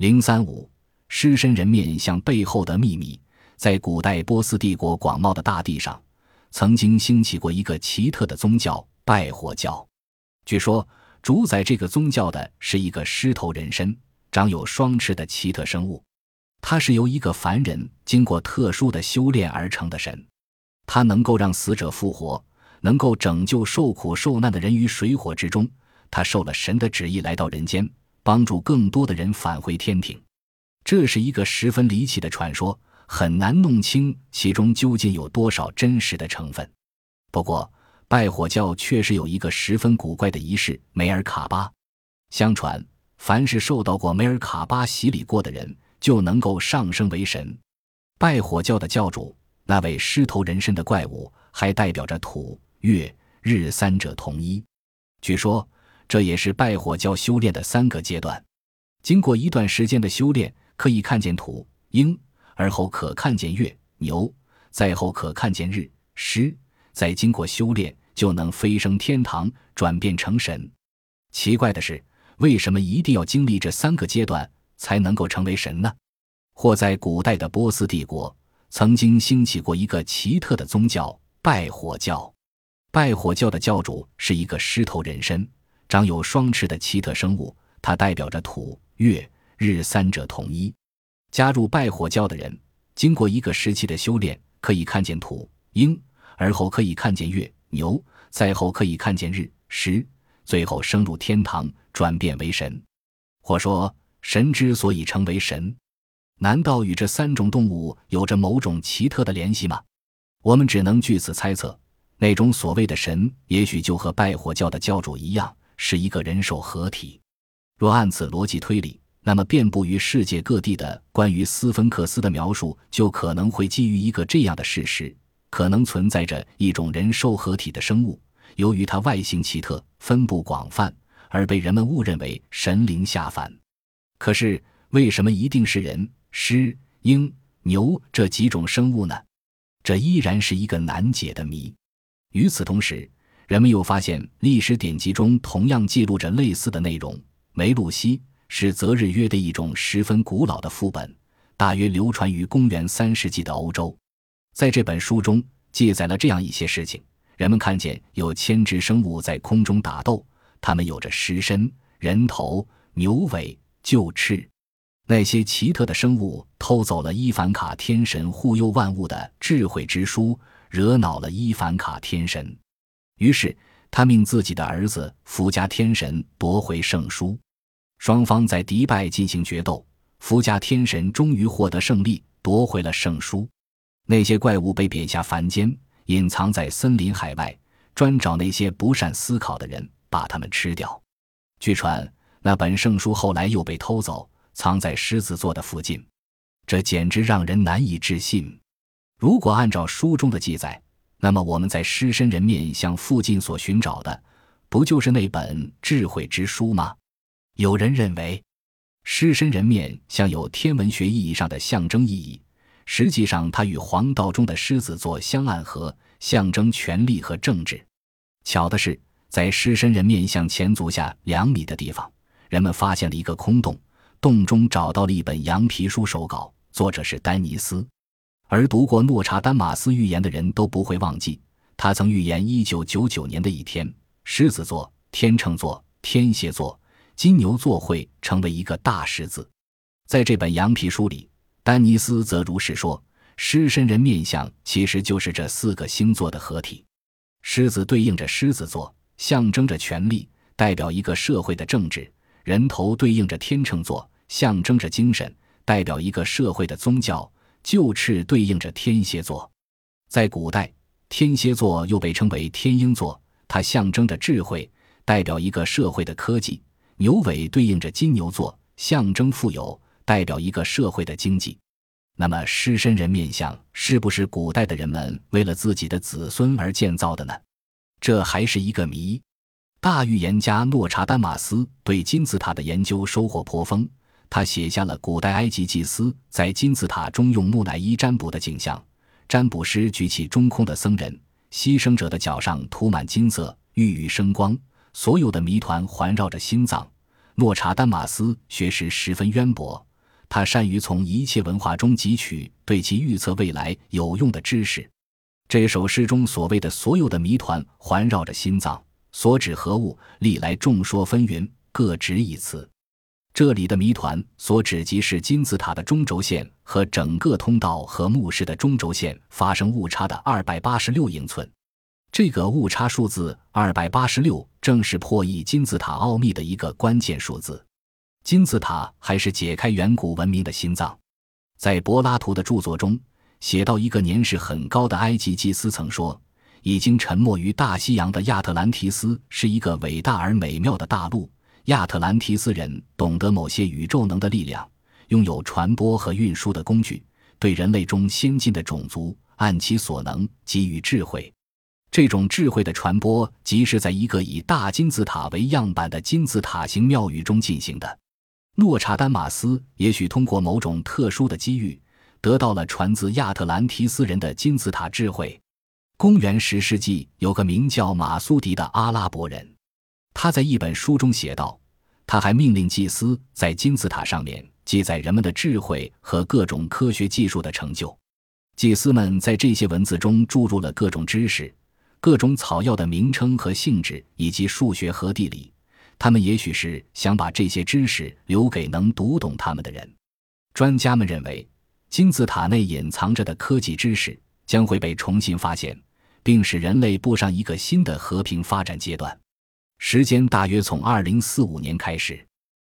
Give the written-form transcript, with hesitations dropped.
035狮身人面像背后的秘密。在古代波斯帝国广袤的大地上，曾经兴起过一个奇特的宗教——拜火教。据说主宰这个宗教的是一个狮头人身、长有双翅的奇特生物，它是由一个凡人经过特殊的修炼而成的神。它能够让死者复活，能够拯救受苦受难的人于水火之中。他受了神的旨意来到人间，帮助更多的人返回天庭。这是一个十分离奇的传说，很难弄清其中究竟有多少真实的成分。不过拜火教确实有一个十分古怪的仪式——梅尔卡巴。相传凡是受到过梅尔卡巴洗礼过的人，就能够上升为神。拜火教的教主，那位狮头人身的怪物，还代表着土、月、日三者统一。据说这也是拜火教修炼的3个阶段。经过一段时间的修炼，可以看见土、鹰，而后可看见月、牛，再后可看见日、狮，再经过修炼就能飞升天堂，转变成神。奇怪的是，为什么一定要经历这3个阶段才能够成为神呢？或在古代的波斯帝国，曾经兴起过一个奇特的宗教——拜火教。拜火教的教主是一个狮头人身、长有双翅的奇特生物，它代表着土、月、日三者统一。加入拜火教的人，经过一个时期的修炼，可以看见土、鹰，而后可以看见月、牛，再后可以看见日、狮，最后升入天堂，转变为神。或说，神之所以成为神，难道与这3种动物有着某种奇特的联系吗？我们只能据此猜测，那种所谓的神，也许就和拜火教的教主一样，是一个人兽合体。若按此逻辑推理，那么遍布于世界各地的关于斯芬克斯的描述，就可能会基于一个这样的事实：可能存在着一种人兽合体的生物，由于它外形奇特、分布广泛，而被人们误认为神灵下凡。可是为什么一定是人、狮、鹰、牛这几种生物呢？这依然是一个难解的谜。与此同时，人们又发现历史典籍中同样记录着类似的内容。梅露西是择日约的一种十分古老的副本，大约流传于公元3世纪的欧洲。在这本书中记载了这样一些事情：人们看见有千只生物在空中打斗，它们有着狮身、人头、牛尾、臼翅。那些奇特的生物偷走了伊凡卡天神护佑万物的智慧之书，惹恼了伊凡卡天神。于是他命自己的儿子福加天神夺回圣书。双方在迪拜进行决斗，福加天神终于获得胜利，夺回了圣书。那些怪物被贬下凡间，隐藏在森林海外，专找那些不善思考的人，把他们吃掉。据传那本圣书后来又被偷走，藏在狮子座的附近。这简直让人难以置信。如果按照书中的记载，那么我们在狮身人面像附近所寻找的，不就是那本智慧之书吗？有人认为狮身人面像有天文学意义上的象征意义，实际上它与黄道中的狮子座相暗合，象征权力和政治。巧的是，在狮身人面像前足下2米的地方，人们发现了一个空洞，洞中找到了一本羊皮书手稿，作者是丹尼斯。而读过诺查丹马斯预言的人都不会忘记，他曾预言1999年的一天，狮子座、天秤座、天蝎座、金牛座会成为一个大狮子。在这本羊皮书里，丹尼斯则如是说，狮身人面像其实就是这4个星座的合体。狮子对应着狮子座，象征着权力，代表一个社会的政治；人头对应着天秤座，象征着精神，代表一个社会的宗教；臼翅对应着天蝎座。在古代，天蝎座又被称为天鹰座，它象征着智慧，代表一个社会的科技；牛尾对应着金牛座，象征富有，代表一个社会的经济。那么狮身人面像是不是古代的人们为了自己的子孙而建造的呢？这还是一个谜。大预言家诺查丹马斯对金字塔的研究收获颇丰，他写下了古代埃及祭司在金字塔中用木乃伊占卜的景象。占卜师举起中空的僧人，牺牲者的脚上涂满金色，熠熠生光，所有的谜团环绕着心脏。诺查丹马斯学识十分渊博， 他善于从一切文化中汲取对其预测未来有用的知识。这首诗中所谓的所有的谜团环绕着心脏，所指何物，历来众说纷纭，各执一词。这里的谜团所指即是金字塔的中轴线和整个通道和墓室的中轴线发生误差的286英寸。这个误差数字286正是破译金字塔奥秘的一个关键数字。金字塔还是解开远古文明的心脏。在柏拉图的著作中写到，一个年事很高的埃及祭司曾说，已经沉没于大西洋的亚特兰提斯是一个伟大而美妙的大陆。亚特兰提斯人懂得某些宇宙能的力量，拥有传播和运输的工具，对人类中先进的种族按其所能给予智慧。这种智慧的传播即是在一个以大金字塔为样板的金字塔型庙宇中进行的。诺查丹马斯也许通过某种特殊的机遇，得到了传自亚特兰提斯人的金字塔智慧。公元10世纪，有个名叫马苏迪的阿拉伯人，他在一本书中写道，他还命令祭司在金字塔上面记载人们的智慧和各种科学技术的成就。祭司们在这些文字中注入了各种知识，各种草药的名称和性质，以及数学和地理。他们也许是想把这些知识留给能读懂他们的人。专家们认为，金字塔内隐藏着的科技知识将会被重新发现，并使人类步上一个新的和平发展阶段。时间大约从2045年开始。